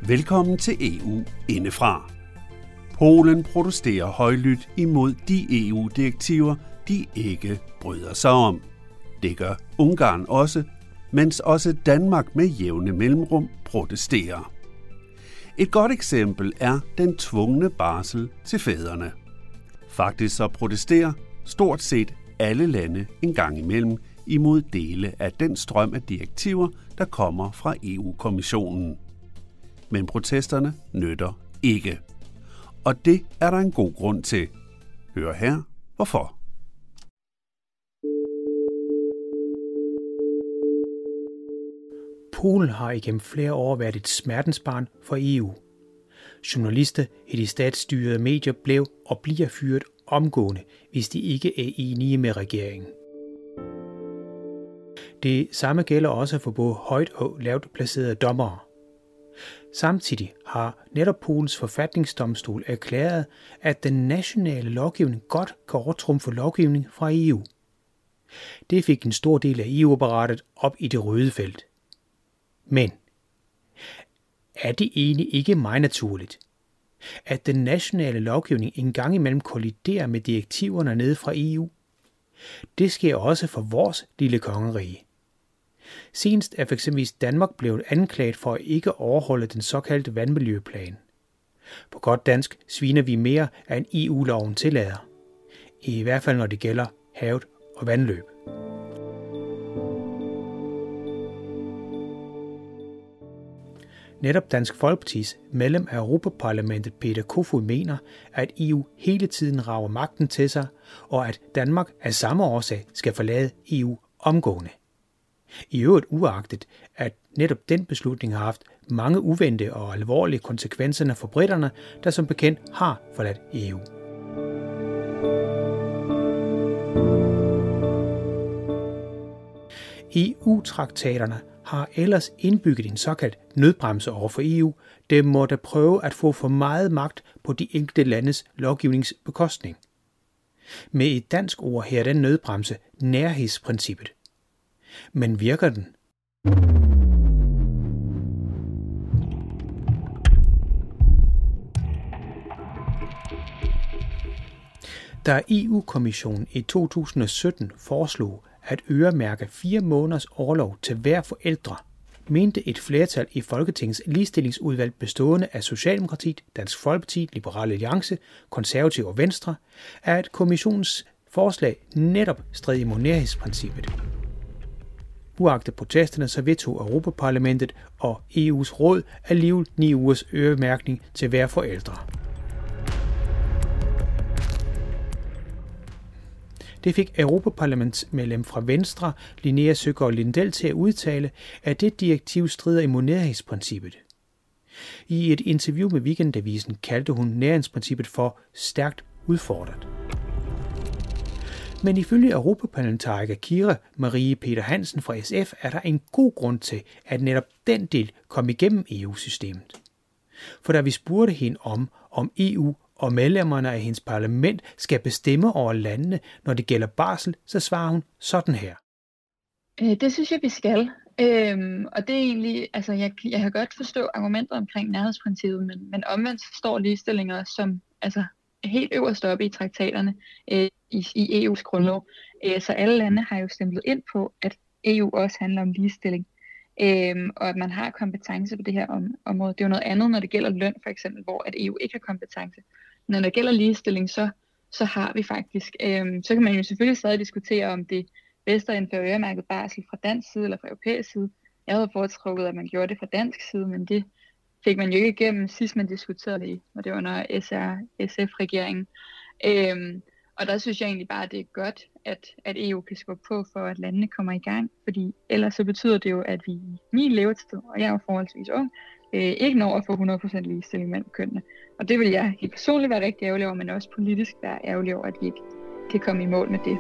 Velkommen til EU indefra. Polen protesterer højlydt imod de EU-direktiver, de ikke bryder sig om. Det gør Ungarn også, mens også Danmark med jævne mellemrum protesterer. Et godt eksempel er den tvungne barsel til fædrene. Faktisk så protesterer stort set alle lande en gang imellem imod dele af den strøm af direktiver, der kommer fra EU-kommissionen. Men protesterne nytter ikke. Og det er der en god grund til. Hør her, hvorfor. Polen har igennem flere år været et smertensbarn for EU. Journalister i de statsstyrede medier blev og bliver fyret omgående, hvis de ikke er enige med regeringen. Det samme gælder også for både højt og lavt placerede dommere. Samtidig har netop Polens forfatningsdomstol erklæret, at den nationale lovgivning godt kan overtrumfe lovgivning fra EU. Det fik en stor del af EU-apparatet op i det røde felt. Men er det egentlig ikke meget naturligt, at den nationale lovgivning en gang imellem kolliderer med direktiverne nede fra EU? Det sker også for vores lille kongerige. Senest er f.eks. Danmark blevet anklaget for at ikke overholde den såkaldte vandmiljøplan. På godt dansk sviner vi mere, end EU-loven tillader. I hvert fald når det gælder havet og vandløb. Netop Dansk Folkepartis medlem af Europaparlamentet Peter Kofod mener, at EU hele tiden rager magten til sig, og at Danmark af samme årsag skal forlade EU omgående. I øvrigt uagtet, at netop den beslutning har haft mange uventede og alvorlige konsekvenser for briterne, der som bekendt har forladt EU. EU-traktaterne har ellers indbygget en såkaldt nødbremse over for EU, der måtte prøve at få for meget magt på de enkelte landes lovgivningsbekostning. Med et dansk ord her er den nødbremse nærhedsprincippet. Men virker den? Da EU-kommissionen i 2017 foreslog at øremærke 4 måneders orlov til hver forældre, mente et flertal i Folketingets ligestillingsudvalg bestående af Socialdemokratiet, Dansk Folkeparti, Liberal Alliance, Konservative og Venstre, at kommissionens forslag netop stred imod nærhedsprincippet. Uagtet protesterne så vedtog Europaparlamentet og EU's råd alligevel 9 ugers øremærkning til hver forældre. Det fik Europaparlamentsmedlem fra Venstre, Linnea Søgaard-Lidell, til at udtale, at det direktiv strider imod nærhedsprincippet. I et interview med Weekendavisen kaldte hun nærhedsprincippet for stærkt udfordret. Men ifølge europaparlamentariker Kira Marie Peter Hansen fra SF er der en god grund til, at netop den del kom igennem EU-systemet. For da vi spurgte hende om EU og medlemmerne af hendes parlament skal bestemme over landene, når det gælder barsel, så svarer hun sådan her. Det synes jeg, vi skal. Og det er egentlig, altså jeg kan godt forstå argumentet omkring nærhedsprincippet, men omvendt står ligestillinger som helt øverst oppe i traktaterne i EU's grundlov. Så alle lande har jo stemplet ind på, at EU også handler om ligestilling. Og at man har kompetence på det her område. Det er jo noget andet, når det gælder løn for eksempel, hvor at EU ikke har kompetence. Når det gælder ligestilling, så har vi faktisk. Så kan man jo selvfølgelig stadig diskutere, om det er bedst at indføre øremærket barsel fra dansk side eller fra europæisk side. Jeg havde foretrukket, at man gjorde det fra dansk side, men det fik man jo ikke igennem sidst man diskuterede det, og det var under SRSF-regeringen. Og der synes jeg egentlig bare, at det er godt, at EU kan skubbe på for, at landene kommer i gang, fordi ellers så betyder det jo, at vi i min levetid, og jeg er jo forholdsvis ung, ikke når at få 100% ligestilling mellem kønnene. Og det vil jeg helt personligt være rigtig ærgerlig over, men også politisk være ærgerlig over, at vi ikke kan komme i mål med det.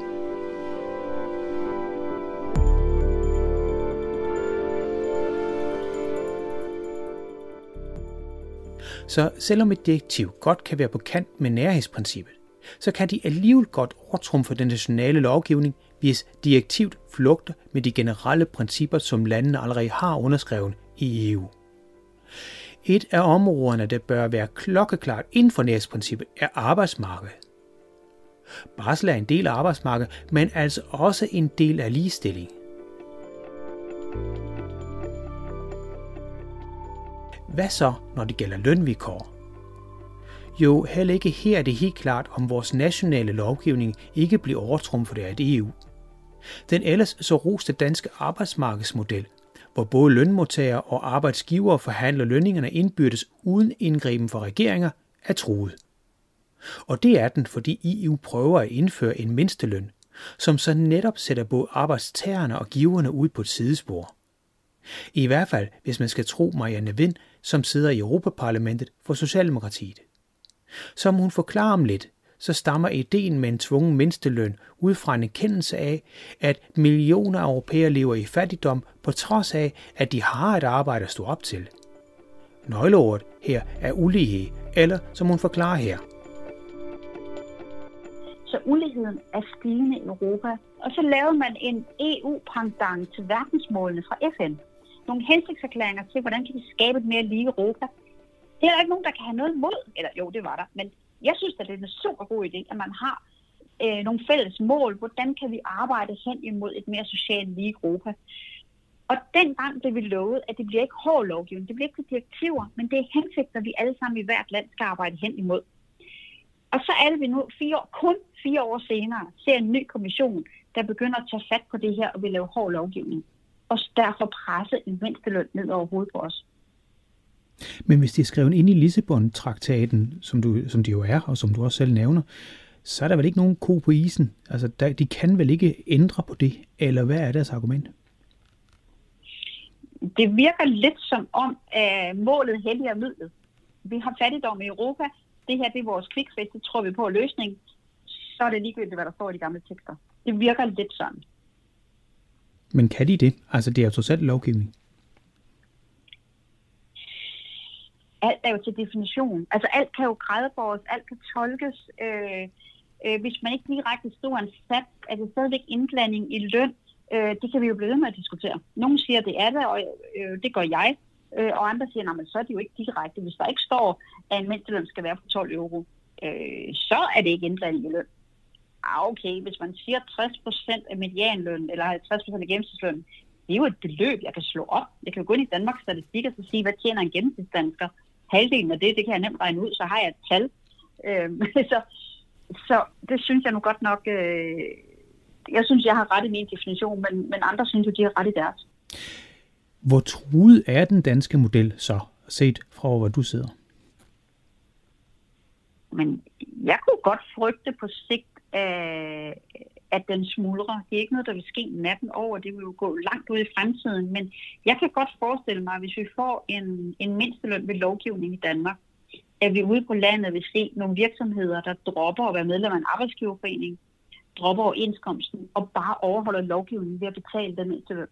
Så selvom et direktiv godt kan være på kant med nærhedsprincippet, så kan de alligevel godt overtrumfe den nationale lovgivning, hvis direktivet flugter med de generelle principper, som landene allerede har underskrevet i EU. Et af områderne, der bør være klokkeklart inden for nærhedsprincippet, er arbejdsmarkedet. Barsel er en del af arbejdsmarkedet, men altså også en del af ligestilling. Hvad så, når det gælder lønvilkår? Jo, heller ikke her er det helt klart, om vores nationale lovgivning ikke bliver overtrumfet af et EU. Den ellers så roste danske arbejdsmarkedsmodel, hvor både lønmodtagere og arbejdsgivere forhandler lønningerne indbyrdes uden indgriben fra regeringer, er truet. Og det er den, fordi EU prøver at indføre en mindsteløn, som så netop sætter både arbejdstagerne og giverne ud på et sidespor. I hvert fald, hvis man skal tro Marianne Vind, som sidder i Europaparlamentet for Socialdemokratiet. Som hun forklarer om lidt, så stammer ideen med en tvungen mindsteløn ud fra en erkendelse af, at millioner af europæere lever i fattigdom på trods af, at de har et arbejde at stå op til. Nøgleordet her er ulighed, eller som hun forklarer her. Så uligheden er stigende i Europa, og så lavede man en EU-pendant til verdensmålene fra FN. Nogle hensigtserklæringer til, hvordan kan vi skabe et mere lige Europa. Det er der ikke nogen, der kan have noget imod. Eller jo, det var der. Men jeg synes, at det er en super god idé, at man har nogle fælles mål. Hvordan kan vi arbejde hen imod et mere socialt lige Europa? Og dengang blev vi lovet, at det bliver ikke hård lovgivning. Det bliver ikke direktiver, men det er hensigter, vi alle sammen i hvert land skal arbejde hen imod. Og så er det vi nu kun 4 år senere ser en ny kommission, der begynder at tage fat på det her og vil lave hård lovgivning. Og derfor presse en mindsteløn ned over hovedet på os. Men hvis det er skrevet ind i Lissabon-traktaten, som det jo er, og som du også selv nævner, så er der vel ikke nogen ko på isen? Altså, de kan vel ikke ændre på det, eller hvad er deres argument? Det virker lidt som om, at målet helliger midlet. Vi har fattigdom i Europa. Det her det er vores quick-fix, det tror vi på løsning. Så er det ligegyldigt, hvad der står i de gamle tekster. Det virker lidt sådan. Men kan de det? Altså, det er jo totalt lovgivning. Alt er jo til definition. Altså, alt kan jo gradbåres, alt kan tolkes. Hvis man ikke direkte skriver en sats, er det stadigvæk indblanding i løn. Det kan vi jo blive ved med at diskutere. Nogle siger, det er det, og det gør jeg. Og andre siger, nej, men så er det jo ikke direkte. Hvis der ikke står, at en mindsteløn skal være på 12 euro, så er det ikke indblanding i løn. Okay, hvis man siger 60% af medianløn, eller 50% af gennemsnitsløn, det er jo et beløb, jeg kan slå op. Jeg kan jo gå ind i Danmarks Statistik og så sige, hvad tjener en gennemsnitsdansker? Halvdelen af det kan jeg nemt regne ud, så har jeg et tal. Så det synes jeg nu godt nok... Jeg synes, jeg har ret i min definition, men andre synes jo, de har ret i deres. Hvor truet er den danske model så, set fra hvor du sidder? Men jeg kunne godt frygte på sigt, at den smuldrer. Det er ikke noget, der vil ske natten over. Det vil jo gå langt ud i fremtiden. Men jeg kan godt forestille mig, hvis vi får en mindsteløn ved lovgivning i Danmark, at vi ude på landet vil se nogle virksomheder, der dropper at være medlem af en arbejdsgiverforening, dropper overenskomsten og bare overholder lovgivningen ved at betale den mindsteløn.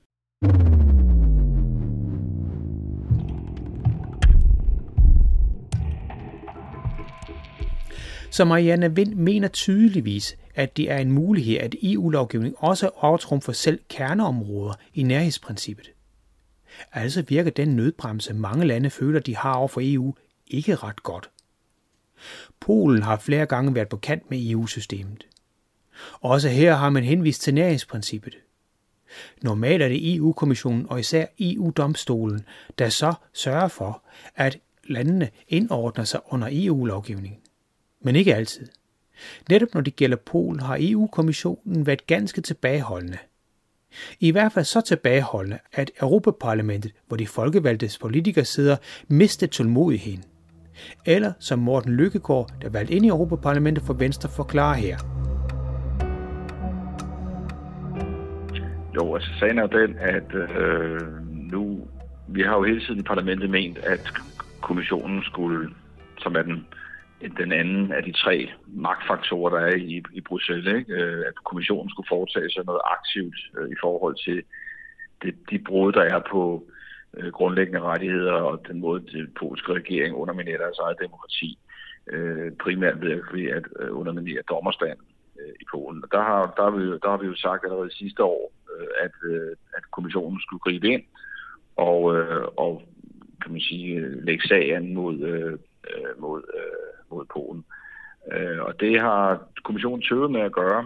Så Marianne Vind mener tydeligvis, at det er en mulighed, at EU-lovgivning også overtrumfer selv kerneområder i nærhedsprincippet. Altså virker den nødbremse, mange lande føler, de har over for EU, ikke ret godt. Polen har flere gange været på kant med EU-systemet. Også her har man henvist til nærhedsprincippet. Normalt er det EU-kommissionen og især EU-domstolen, der så sørger for, at landene indordner sig under EU-lovgivningen. Men ikke altid. Netop når det gælder Polen, har EU-kommissionen været ganske tilbageholdende. I hvert fald så tilbageholdende, at Europaparlamentet, hvor de folkevalgtes politikere sidder, mistede tålmodigheden. Eller som Morten Løkkegaard, der valgte ind i Europaparlamentet for Venstre, forklarer her. Jo, altså sagen er jo den, at vi har jo hele tiden i parlamentet ment, at kommissionen skulle, som er den anden af de 3 magtfaktorer, der er i Bruxelles, ikke? At kommissionen skulle foretage sig noget aktivt i forhold til de brud, der er på grundlæggende rettigheder og den måde, den polske regering underminerer deres eget demokrati, primært ved at underminere dommerstanden i Polen. Og der har vi jo sagt allerede sidste år, at kommissionen skulle gribe ind og kan man sige, lægge sag an mod Polen. Og det har kommissionen tøvet med at gøre.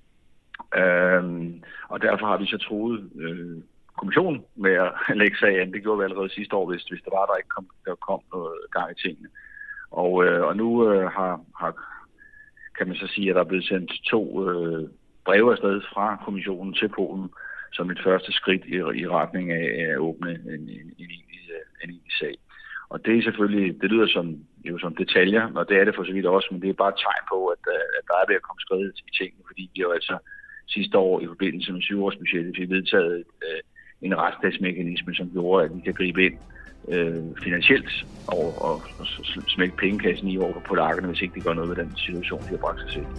Og derfor har vi så truet kommissionen med at lægge sag an. Det gjorde vi allerede sidste år, hvis der ikke kom noget gang i tingene. Og nu kan man så sige, at der er blevet sendt 2 breve afsted fra kommissionen til Polen som et første skridt i retning af at åbne en egentlig sag. Og det er selvfølgelig, det lyder som detaljer, og det er det for så vidt også, men det er bare et tegn på, at der er ved at komme skridt i tingene, fordi vi jo altså sidste år i forbindelse med 7-årsbudgettet fik vedtaget en retsstatsmekanisme, som gjorde, at vi kan gribe ind finansielt og smække pengekassen i over på polakkerne, hvis ikke de gør noget ved den situation, de har bragt sig selv.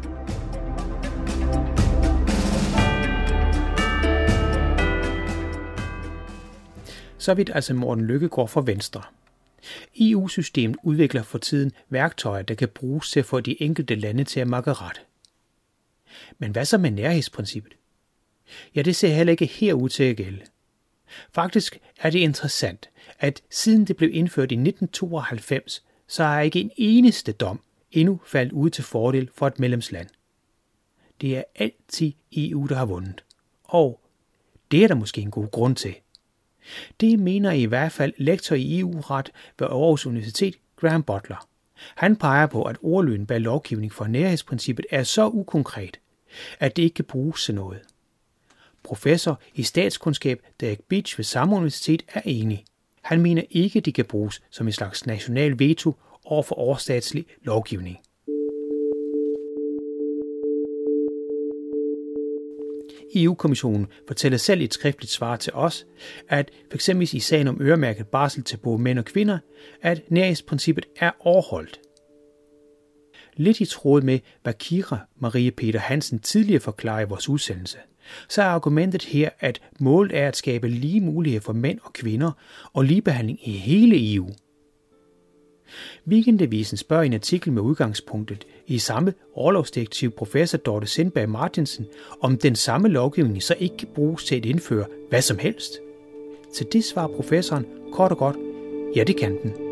Så vidt altså Morten Løkkegaard fra Venstre. EU-systemet udvikler for tiden værktøjer, der kan bruges til at få de enkelte lande til at makke ret. Men hvad så med nærhedsprincippet? Ja, det ser heller ikke her ud til at gælde. Faktisk er det interessant, at siden det blev indført i 1992, så er ikke en eneste dom endnu faldet ud til fordel for et medlemsland. Det er altid EU, der har vundet. Og det er der måske en god grund til. Det mener i hvert fald lektor i EU-ret ved Aarhus Universitet, Graham Butler. Han peger på, at ordlyden bag lovgivning for nærhedsprincippet er så ukonkret, at det ikke kan bruges til noget. Professor i statskundskab Derek Beach ved samme universitet er enig. Han mener ikke, det kan bruges som en slags national veto over for overstatslig lovgivning. EU-kommissionen fortæller selv i et skriftligt svar til os, at f.eks. i sagen om øremærket barsel til både mænd og kvinder, at nærhedsprincippet er overholdt. Lidt i tråd med, hvad Kira Marie Peter Hansen tidligere forklarede i vores udsendelse, så er argumentet her, at målet er at skabe lige muligheder for mænd og kvinder og ligebehandling i hele EU. Weekendavisen spørger i en artikel med udgangspunktet i samme orlovsdirektiv professor Dorte Sindberg Martinsen, om den samme lovgivning så ikke kan bruges til at indføre hvad som helst. Til det svarer professoren kort og godt, ja det kan den.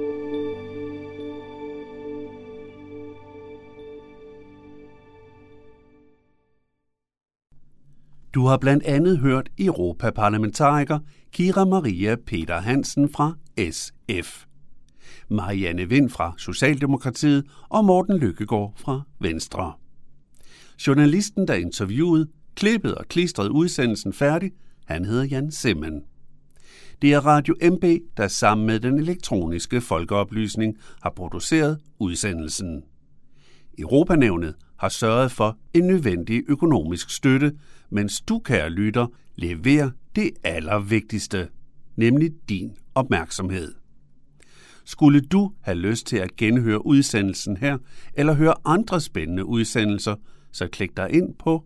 Du har blandt andet hørt europaparlamentariker Kira Maria Peter Hansen fra SF, Marianne Vind fra Socialdemokratiet og Morten Løkkegaard fra Venstre. Journalisten, der interviewede, klippede og klistrede udsendelsen færdig, han hedder Jan Simmen. Det er Radio MB, der sammen med den elektroniske folkeoplysning har produceret udsendelsen. Europanævnet har sørget for en nødvendig økonomisk støtte, mens du, kære lytter, leverer det allervigtigste, nemlig din opmærksomhed. Skulle du have lyst til at genhøre udsendelsen her, eller høre andre spændende udsendelser, så klik dig ind på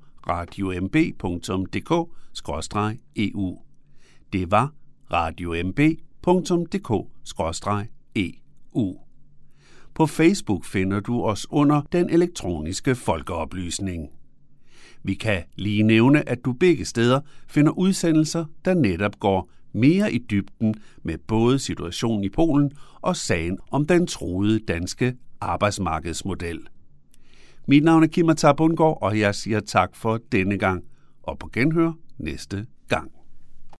radiomb.dk/EU. Det var radiomb.dk/EU. På Facebook finder du os under den elektroniske folkeoplysning. Vi kan lige nævne, at du begge steder finder udsendelser, der netop går mere i dybden med både situationen i Polen og sagen om den truede danske arbejdsmarkedsmodel. Mit navn er Kim Atar Bundgaard, og jeg siger tak for denne gang, og på genhør næste gang.